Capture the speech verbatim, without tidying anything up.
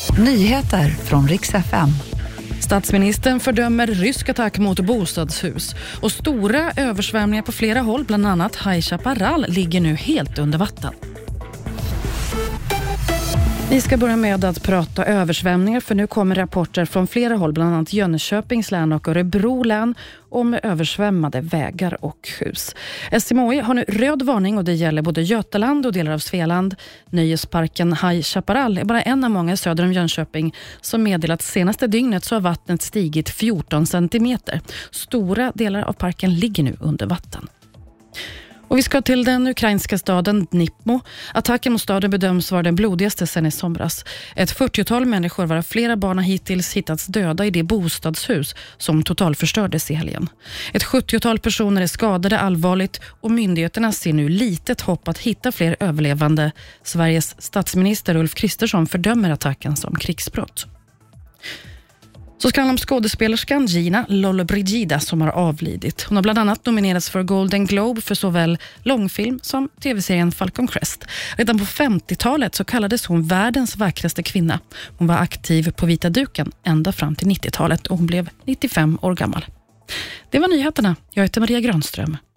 Nyheter från Rix F M. Statsministern fördömer rysk attack mot bostadshus och stora översvämningar på flera håll, bland annat High Chaparral, ligger nu helt under vatten. Vi ska börja med att prata översvämningar, för nu kommer rapporter från flera håll, bland annat Jönköpings län och Örebro län, om översvämmade vägar och hus. S M H I har nu röd varning och det gäller både Götaland och delar av Svealand. Nöjesparken High Chaparral är bara en av många söder om Jönköping som meddelat senaste dygnet så har vattnet stigit fjorton centimeter. Stora delar av parken ligger nu under vatten. Och vi ska till den ukrainska staden Dnipro. Attacken mot staden bedöms vara den blodigaste sedan i somras. Ett fyrtiotal människor, varav flera barn, hittills hittats döda i det bostadshus som totalförstördes i helgen. Ett sjuttiotal personer är skadade allvarligt och myndigheterna ser nu litet hopp att hitta fler överlevande. Sveriges statsminister Ulf Kristersson fördömer attacken som krigsbrott. Så ska det om skådespelerskan Gina Lollobrigida som har avlidit. Hon har bland annat nominerats för Golden Globe för såväl långfilm som tv-serien Falcon Crest. Redan på femtiotalet så kallades hon världens vackraste kvinna. Hon var aktiv på vita duken ända fram till nittiotalet och hon blev nittiofem år gammal. Det var nyheterna. Jag heter Maria Granström.